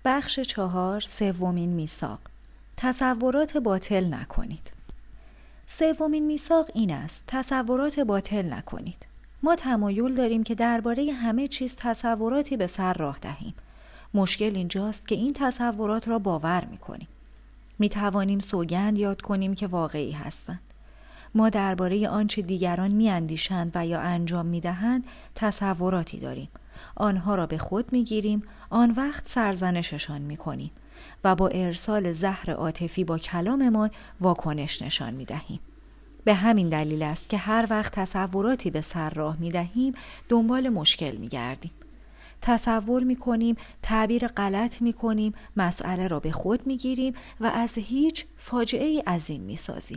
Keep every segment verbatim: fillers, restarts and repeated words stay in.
بخش چهار، سومین میثاق. تصورات باطل نکنید. سومین میثاق این است: تصورات باطل نکنید. ما تمایل داریم که درباره همه چیز تصوراتی به سر راه دهیم. مشکل اینجاست که این تصورات را باور می‌کنیم. می‌توانیم سوگند یاد کنیم که واقعی هستند. ما درباره آنچه دیگران می‌اندیشند و یا انجام می‌دهند تصوراتی داریم. آنها را به خود می‌گیریم، آن وقت سرزنششان می‌کنیم و با ارسال زهر عاطفی با کلاممان واکنش نشان می‌دهیم. به همین دلیل است که هر وقت تصوراتی به سر راه می‌دهیم دنبال مشکل می‌گردیم. تصور می‌کنیم، تعبیر غلط می‌کنیم، مسئله را به خود می‌گیریم و از هیچ فاجعه‌ای عظیم می‌سازیم.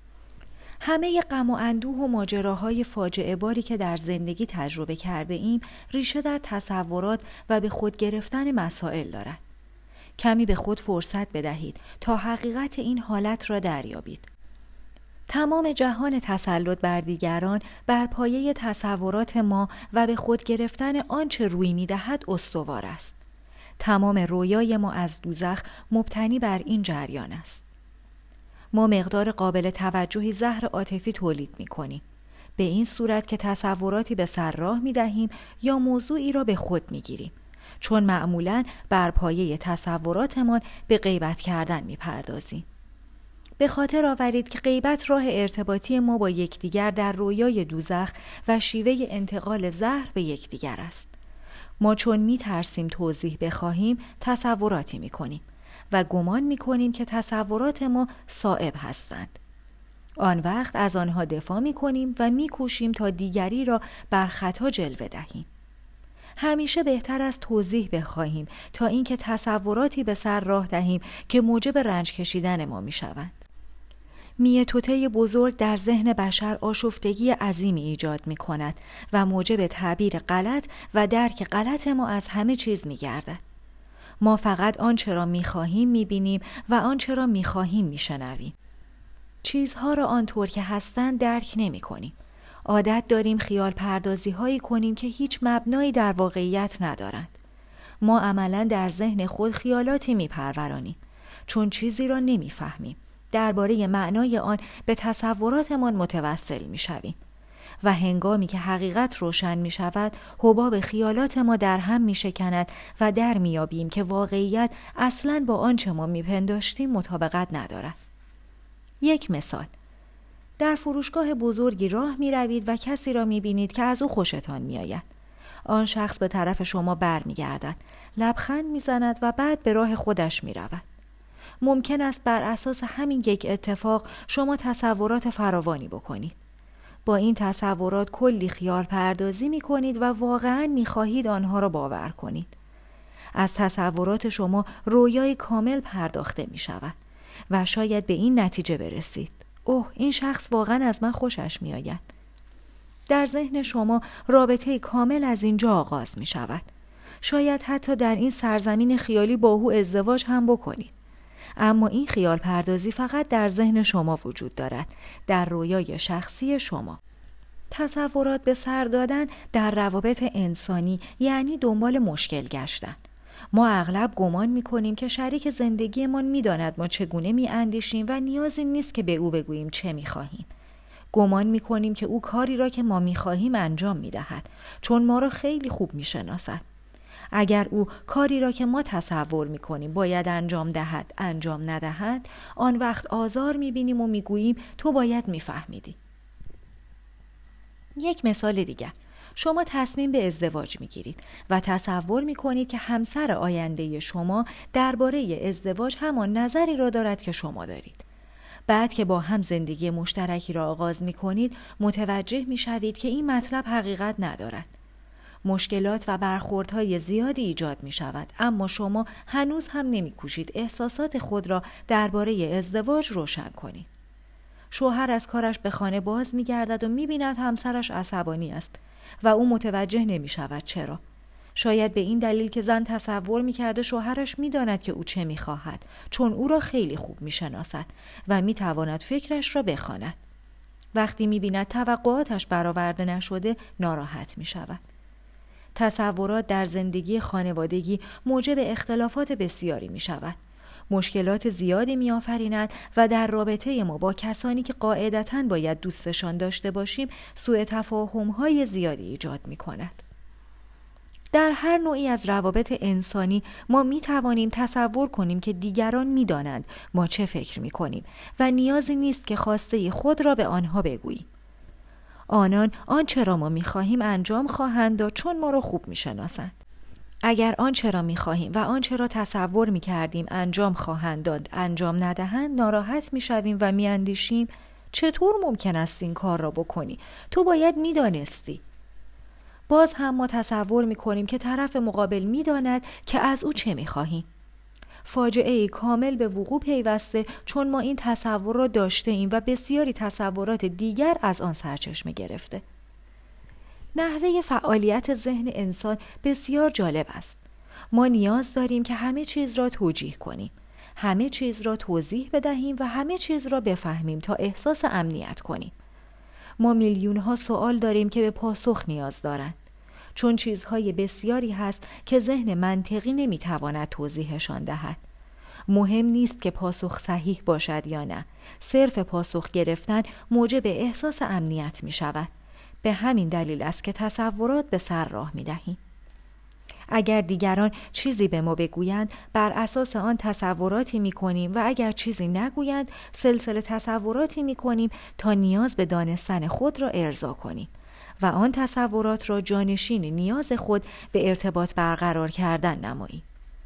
همه غم و اندوه و ماجراهای فاجعه باری که در زندگی تجربه کرده ایم ریشه در تصورات و به خود گرفتن مسائل دارد. کمی به خود فرصت بدهید تا حقیقت این حالت را دریابید. تمام جهان تسلط بر دیگران بر پایه تصورات ما و به خود گرفتن آنچه روی می‌دهد استوار است. تمام رویای ما از دوزخ مبتنی بر این جریان است. ما مقدار قابل توجهی زهر عاطفی تولید می‌کنیم، به این صورت که تصوراتی به سر راه می‌دهیم یا موضوعی را به خود می‌گیریم، چون معمولاً بر پایه تصوراتمان به غیبت کردن می‌پردازیم. به خاطر آورید که غیبت راه ارتباطی ما با یکدیگر در رویای دوزخ و شیوه انتقال زهر به یکدیگر است. ما چون می‌ترسیم توضیح بخواهیم تصوراتی می‌کنیم و گمان می‌کنیم که تصورات ما صائب هستند. آن وقت از آنها دفاع می‌کنیم و می‌کوشیم تا دیگری را بر خطا جلوه دهیم. همیشه بهتر است توضیح بخواهیم تا اینکه تصوراتی به سر راه دهیم که موجب رنج کشیدن ما می‌شوند. میه‌توته بزرگ در ذهن بشر آشفتگی عظیمی ایجاد می‌کند و موجب تعبیر غلط و درک غلط ما از همه چیز می‌گردد. ما فقط آنچه را می‌خواهیم می‌بینیم و آنچه را می‌خواهیم می‌شنویم. چیزها را آنطور که هستند درک نمی‌کنیم. عادت داریم خیال پردازی‌هایی کنیم که هیچ مبنایی در واقعیت ندارند. ما عملاً در ذهن خود خیالاتی می‌پرورانیم، چون چیزی را نمی‌فهمیم. درباره معنای آن به تصوراتمان متوسل می‌شویم و هنگامی که حقیقت روشن می‌شود، حباب خیالات ما در هم می‌شکند و در می‌یابیم که واقعیت اصلاً با آنچه ما می‌پنداشتیم مطابقت ندارد. یک مثال: در فروشگاه بزرگی راه می‌روید و کسی را می‌بینید که از او خوشتان می‌آید. آن شخص به طرف شما برمیگردد، لبخند می‌زند و بعد به راه خودش می‌رود. ممکن است بر اساس همین یک اتفاق شما تصورات فراوانی بکنید. با این تصورات کلی خیال پردازی می کنید و واقعاً می خواهید آنها را باور کنید. از تصورات شما رویای کامل پرداخته می شود و شاید به این نتیجه برسید: اوه، این شخص واقعاً از من خوشش می آید. در ذهن شما رابطه کامل از اینجا آغاز می شود. شاید حتی در این سرزمین خیالی با او ازدواج هم بکنید. اما این خیال پردازی فقط در ذهن شما وجود دارد، در رویای شخصی شما. تصورات به سر دادن در روابط انسانی یعنی دنبال مشکل گشتن. ما اغلب گمان می‌کنیم که شریک زندگیمان می‌داند ما چگونه می‌اندیشیم و نیازی نیست که به او بگوییم چه می‌خواهیم. گمان می‌کنیم که او کاری را که ما می‌خواهیم انجام می‌دهد، چون ما را خیلی خوب می‌شناسد. اگر او کاری را که ما تصور می‌کنیم باید انجام دهد انجام ندهد، آن وقت آزار می‌بینیم و می‌گوییم تو باید می‌فهمیدی. یک مثال دیگر: شما تصمیم به ازدواج می‌گیرید و تصور می‌کنید که همسر آینده شما درباره ازدواج همان نظری را دارد که شما دارید. بعد که با هم زندگی مشترکی را آغاز می‌کنید، متوجه می‌شوید که این مطلب حقیقت ندارد. مشکلات و برخوردهای زیادی ایجاد می شود، اما شما هنوز هم نمی کوشید احساسات خود را درباره ازدواج روشن کنید. شوهر از کارش به خانه باز می گردد و می بیند همسرش عصبانی است و او متوجه نمی شود چرا. شاید به این دلیل که زن تصور می کرده شوهرش می داند که او چه می خواهد، چون او را خیلی خوب می شناسد و می تواند فکرش را بخواند. وقتی می بیند توقعاتش برآورده نشده ناراحت می شود. تصورات در زندگی خانوادگی موجب اختلافات بسیاری می شود. مشکلات زیادی می آفریند و در رابطه ما با کسانی که قاعدتاً باید دوستشان داشته باشیم سوء تفاهم‌های زیادی ایجاد می کند. در هر نوعی از روابط انسانی ما می توانیم تصور کنیم که دیگران می دانند ما چه فکر می کنیم و نیازی نیست که خواسته خود را به آنها بگوییم. آنان آنچه را ما می خواهیم انجام خواهند داد چون ما را خوب می شناسند. اگر آنچه را می خواهیم و آنچه را تصور می کردیم انجام خواهند داد انجام ندهند ناراحت می شویم و می اندیشیم چطور ممکن است این کار را بکنی؟ تو باید می دانستی. باز هم ما تصور می کنیم که طرف مقابل می داند که از او چه می خواهیم. فاجعه کامل به وقوع پیوسته چون ما این تصور را داشته ایم و بسیاری تصورات دیگر از آن سرچشمه گرفته. نحوه فعالیت ذهن انسان بسیار جالب است. ما نیاز داریم که همه چیز را توجیه کنیم، همه چیز را توضیح بدهیم و همه چیز را بفهمیم تا احساس امنیت کنیم. ما میلیون ها سوال داریم که به پاسخ نیاز دارند. چون چیزهای بسیاری هست که ذهن منطقی نمیتواند توضیحشان دهد. مهم نیست که پاسخ صحیح باشد یا نه. صرف پاسخ گرفتن موجب احساس امنیت می شود. به همین دلیل است که تصورات به سر راه می دهیم. اگر دیگران چیزی به ما بگویند بر اساس آن تصوراتی می کنیم و اگر چیزی نگویند سلسله تصوراتی می کنیم تا نیاز به دانستن خود را ارضا کنیم و آن تصورات را جانشین نیاز خود به ارتباط برقرار کردن نماییم.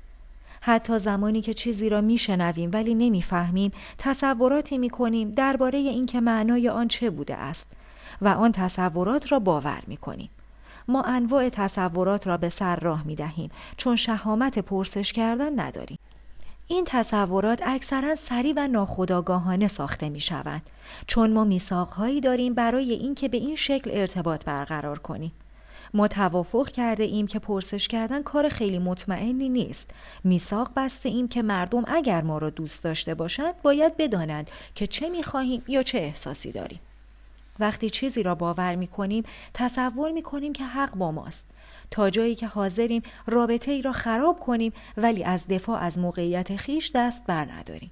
حتی زمانی که چیزی را میشنویم ولی نمیفهمیم تصوراتی میکنیم درباره اینکه معنای آن چه بوده است و آن تصورات را باور میکنیم. ما انواع تصورات را به سر راه میدهیم چون شهامت پرسش کردن نداریم. این تصورات اکثرا سریع و ناخودآگاهانه ساخته می شوند چون ما میثاق‌هایی داریم برای اینکه به این شکل ارتباط برقرار کنیم. ما توافق کرده ایم که پرسش کردن کار خیلی مطمئنی نیست. میثاق بسته ایم که مردم اگر ما را دوست داشته باشند باید بدانند که چه می‌خواهیم یا چه احساسی داریم. وقتی چیزی را باور می‌کنیم تصور می‌کنیم که حق با ماست. تا جایی که حاضریم رابطه ای را خراب کنیم ولی از دفاع از موقعیت خیش دست بر نداریم.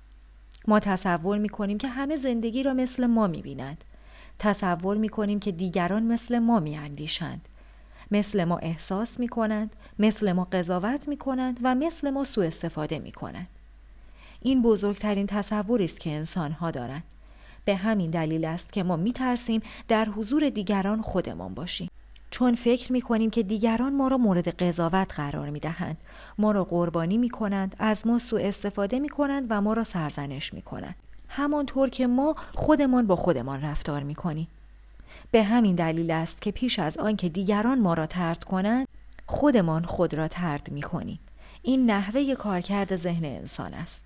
ما تصور می کنیم که همه زندگی را مثل ما می بینند. تصور می کنیم که دیگران مثل ما می اندیشند. مثل ما احساس می کنند، مثل ما قضاوت می کنند و مثل ما سوء استفاده می کنند. این بزرگترین تصوری است که انسان ها دارند. به همین دلیل است که ما می ترسیم در حضور دیگران خودمان باشیم. چون فکر می کنیم که دیگران ما را مورد قضاوت قرار می دهند. ما را قربانی می کنند، از ما سوء استفاده می کنند و ما را سرزنش می کنند. همانطور که ما خودمان با خودمان رفتار می کنیم. به همین دلیل است که پیش از آن که دیگران ما را طرد کنند، خودمان خود را طرد می کنیم. این نحوه کارکرد ذهن انسان است.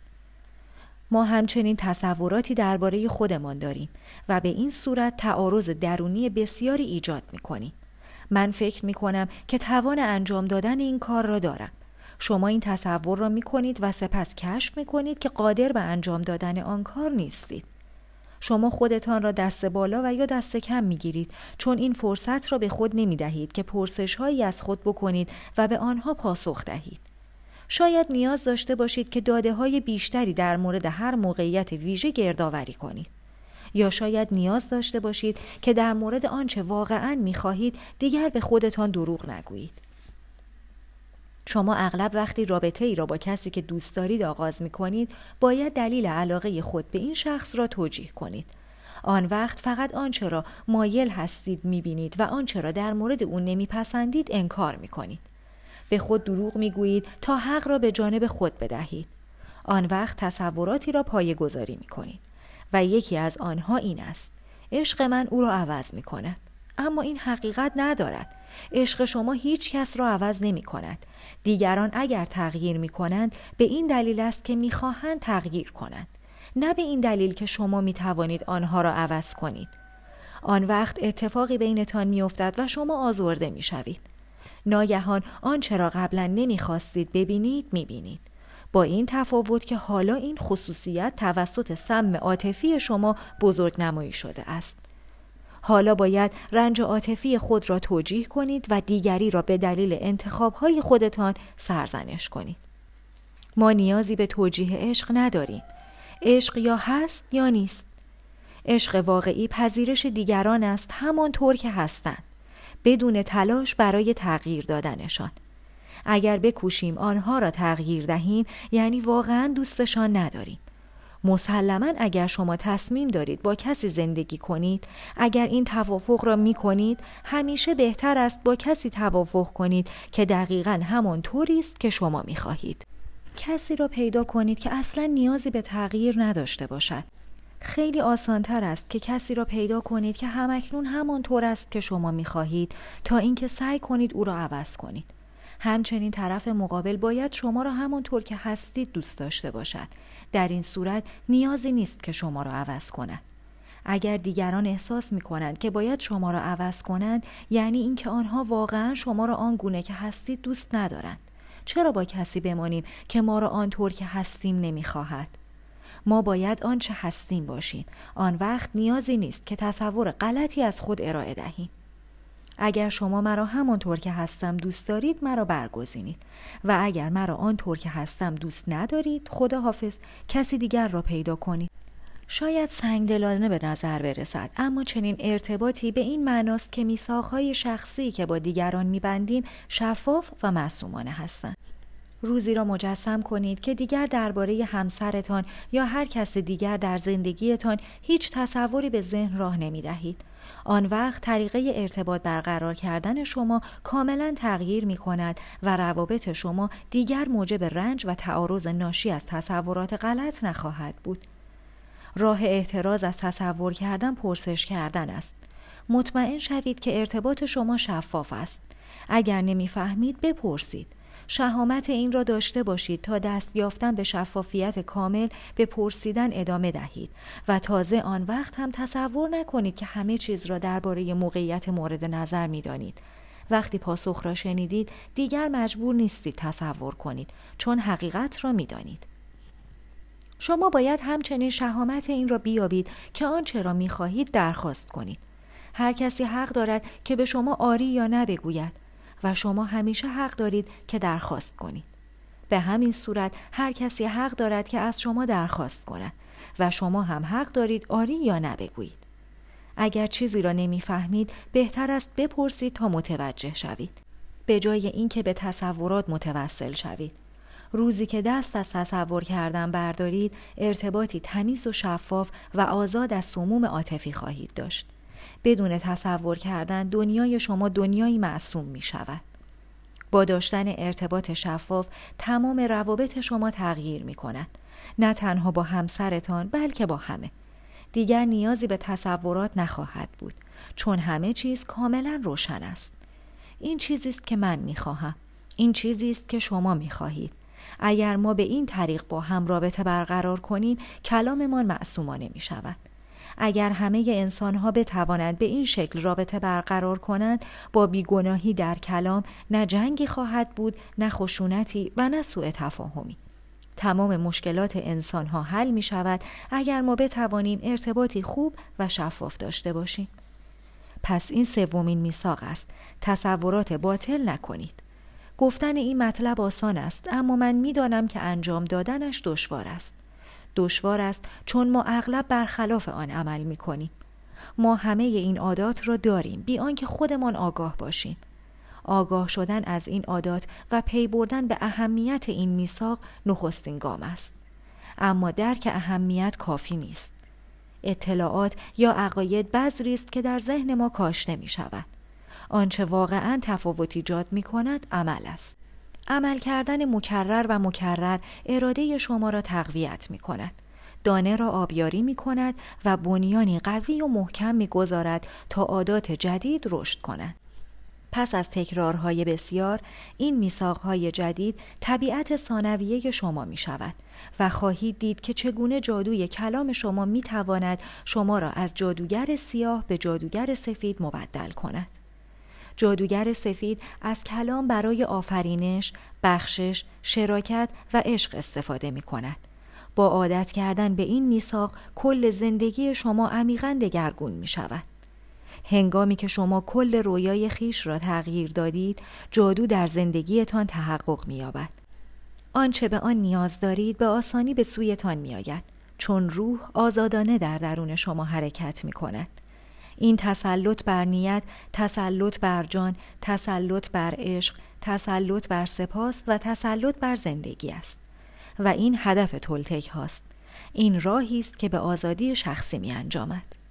ما همچنین تصوراتی درباره خودمان داریم و به این صورت تعارض درونی بسیاری ایجاد می کنیم. من فکر می کنم که توان انجام دادن این کار را دارم. شما این تصور را می کنید و سپس کشف می کنید که قادر به انجام دادن آن کار نیستید. شما خودتان را دست بالا و یا دست کم می گیرید چون این فرصت را به خود نمی دهید که پرسش هایی از خود بکنید و به آنها پاسخ دهید. شاید نیاز داشته باشید که داده های بیشتری در مورد هر موقعیت ویژه گردآوری کنید. یا شاید نیاز داشته باشید که در مورد آنچه واقعاً می‌خواهید دیگر به خودتان دروغ نگویید. شما اغلب وقتی رابطه ای را با کسی که دوست دارید آغاز می‌کنید، باید دلیل علاقه خود به این شخص را توجیه کنید. آن وقت فقط آنچه را مایل هستید می‌بینید و آنچه را در مورد اون نمی‌پسندید انکار می‌کنید. به خود دروغ می‌گویید تا حق را به جانب خود بدهید. آن وقت تصوراتی را پایه‌گذاری می‌کنید. و یکی از آنها این است: عشق من او را عوض می کند. اما این حقیقت ندارد. عشق شما هیچ کس را عوض نمی کند. دیگران اگر تغییر می کنند به این دلیل است که می خواهند تغییر کنند. نه به این دلیل که شما می توانید آنها را عوض کنید. آن وقت اتفاقی بینتان می افتد و شما آزرده می شوید. ناگهان آنچه را قبلا نمی خواستید ببینید می بینید. با این تفاوت که حالا این خصوصیت توسط سم عاطفی شما بزرگ نمایی شده است. حالا باید رنج عاطفی خود را توجیه کنید و دیگری را به دلیل انتخاب‌های خودتان سرزنش کنید. ما نیازی به توجیه عشق نداریم. عشق یا هست یا نیست. عشق واقعی پذیرش دیگران است همانطور که هستند، بدون تلاش برای تغییر دادنشان. اگر بکوشیم آنها را تغییر دهیم یعنی واقعا دوستشان نداریم. مسلماً اگر شما تصمیم دارید با کسی زندگی کنید، اگر این توافق را می کنید، همیشه بهتر است با کسی توافق کنید که دقیقاً همان طوری است که شما می خواهید. کسی را پیدا کنید که اصلاً نیازی به تغییر نداشته باشد. خیلی آسان‌تر است که کسی را پیدا کنید که همکنون همان طور است که شما می خواهید تا اینکه سعی کنید او را عوض کنید. همچنین طرف مقابل باید شما را همانطور که هستید دوست داشته باشد. در این صورت نیازی نیست که شما را عوض کند. اگر دیگران احساس می کنند که باید شما را عوض کنند، یعنی اینکه آنها واقعا شما را آنگونه که هستید دوست ندارند. چرا با کسی بمانیم که ما را آنطور که هستیم نمی خواهد؟ ما باید آنچه هستیم باشیم. آن وقت نیازی نیست که تصور غلطی از خود ارائه دهیم. اگر شما مرا همانطور که هستم دوست دارید، مرا برگزینید و اگر مرا آنطور که هستم دوست ندارید، خداحافظ، کسی دیگر را پیدا کنید. شاید سنگدلانه به نظر برسد، اما چنین ارتباطی به این معناست که میثاق‌های شخصی که با دیگران می‌بندیم شفاف و معصومانه هستند. روزی را مجسم کنید که دیگر درباره همسرتان یا هر کس دیگر در زندگیتان هیچ تصوری به ذهن راه نمی‌دهید. آن وقت طریقه ارتباط برقرار کردن شما کاملا تغییر می کند و روابط شما دیگر موجب رنج و تعارض ناشی از تصورات غلط نخواهد بود. راه احتراز از تصور کردن پرسش کردن است. مطمئن شوید که ارتباط شما شفاف است. اگر نمی‌فهمید بپرسید. شهامت این را داشته باشید تا دست یافتن به شفافیت کامل به پرسیدن ادامه دهید و تازه آن وقت هم تصور نکنید که همه چیز را درباره موقعیت مورد نظر می‌دانید. وقتی پاسخ را شنیدید دیگر مجبور نیستید تصور کنید، چون حقیقت را می‌دانید. شما باید همچنین شهامت این را بیابید که آنچه را می‌خواهید درخواست کنید. هر کسی حق دارد که به شما آری یا نه بگوید و شما همیشه حق دارید که درخواست کنید. به همین صورت هر کسی حق دارد که از شما درخواست کند و شما هم حق دارید آری یا نه بگویید. اگر چیزی را نمی‌فهمید بهتر است بپرسید تا متوجه شوید، به جای اینکه به تصورات متوسل شوید. روزی که دست از تصور کردن بردارید، ارتباطی تمیز و شفاف و آزاد از سموم عاطفی خواهید داشت. بدون تصور کردن دنیای شما دنیایی معصوم می شود. با داشتن ارتباط شفاف تمام روابط شما تغییر می کند. نه تنها با همسرتان بلکه با همه. دیگر نیازی به تصورات نخواهد بود، چون همه چیز کاملا روشن است. این چیزی است که من می خواهم. این چیزی است که شما می خواهید. اگر ما به این طریق با هم رابطه برقرار کنیم، کلاممان معصومانه می شود. اگر همه انسان‌ها بتوانند به این شکل رابطه برقرار کنند، با بیگناهی در کلام نه جنگی خواهد بود، نه خشونتی و نه سوء تفاهمی. تمام مشکلات انسان‌ها حل می شود اگر ما بتوانیم ارتباطی خوب و شفاف داشته باشیم. پس این سومین میثاق است: تصورات باطل نکنید. گفتن این مطلب آسان است، اما من می‌دانم که انجام دادنش دشوار است. دشوار است چون ما اغلب برخلاف آن عمل می‌کنیم. ما همه این عادات را داریم بی آنکه خودمان آگاه باشیم. آگاه شدن از این عادات و پی بردن به اهمیت این میثاق نخستین گام است. اما درک اهمیت کافی نیست. اطلاعات یا عقاید بذری است که در ذهن ما کاشته می‌شود. آنچه واقعاً تفاوت ایجاد می‌کند عمل است. عمل کردن مکرر و مکرر اراده شما را تقویت می‌کند. دانه را آبیاری می‌کند و بنیانی قوی و محکم می‌گذارد تا عادات جدید رشد کند. پس از تکرارهای بسیار، این میثاق‌های جدید طبیعت ثانویه شما می‌شود و خواهید دید که چگونه جادوی کلام شما می‌تواند شما را از جادوگر سیاه به جادوگر سفید مبدل کند. جادوگر سفید از کلام برای آفرینش، بخشش، شراکت و عشق استفاده می کند. با عادت کردن به این میثاق کل زندگی شما عمیقاً دگرگون می شود. هنگامی که شما کل رویای خیش را تغییر دادید، جادو در زندگیتان تحقق می‌یابد. آنچه به آن نیاز دارید به آسانی به سویتان می‌آید، چون روح آزادانه در درون شما حرکت می‌کند. این تسلط بر نیت، تسلط بر جان، تسلط بر عشق، تسلط بر سپاس و تسلط بر زندگی است. و این هدف تولتک هاست. این راهی است که به آزادی شخصی می انجامد.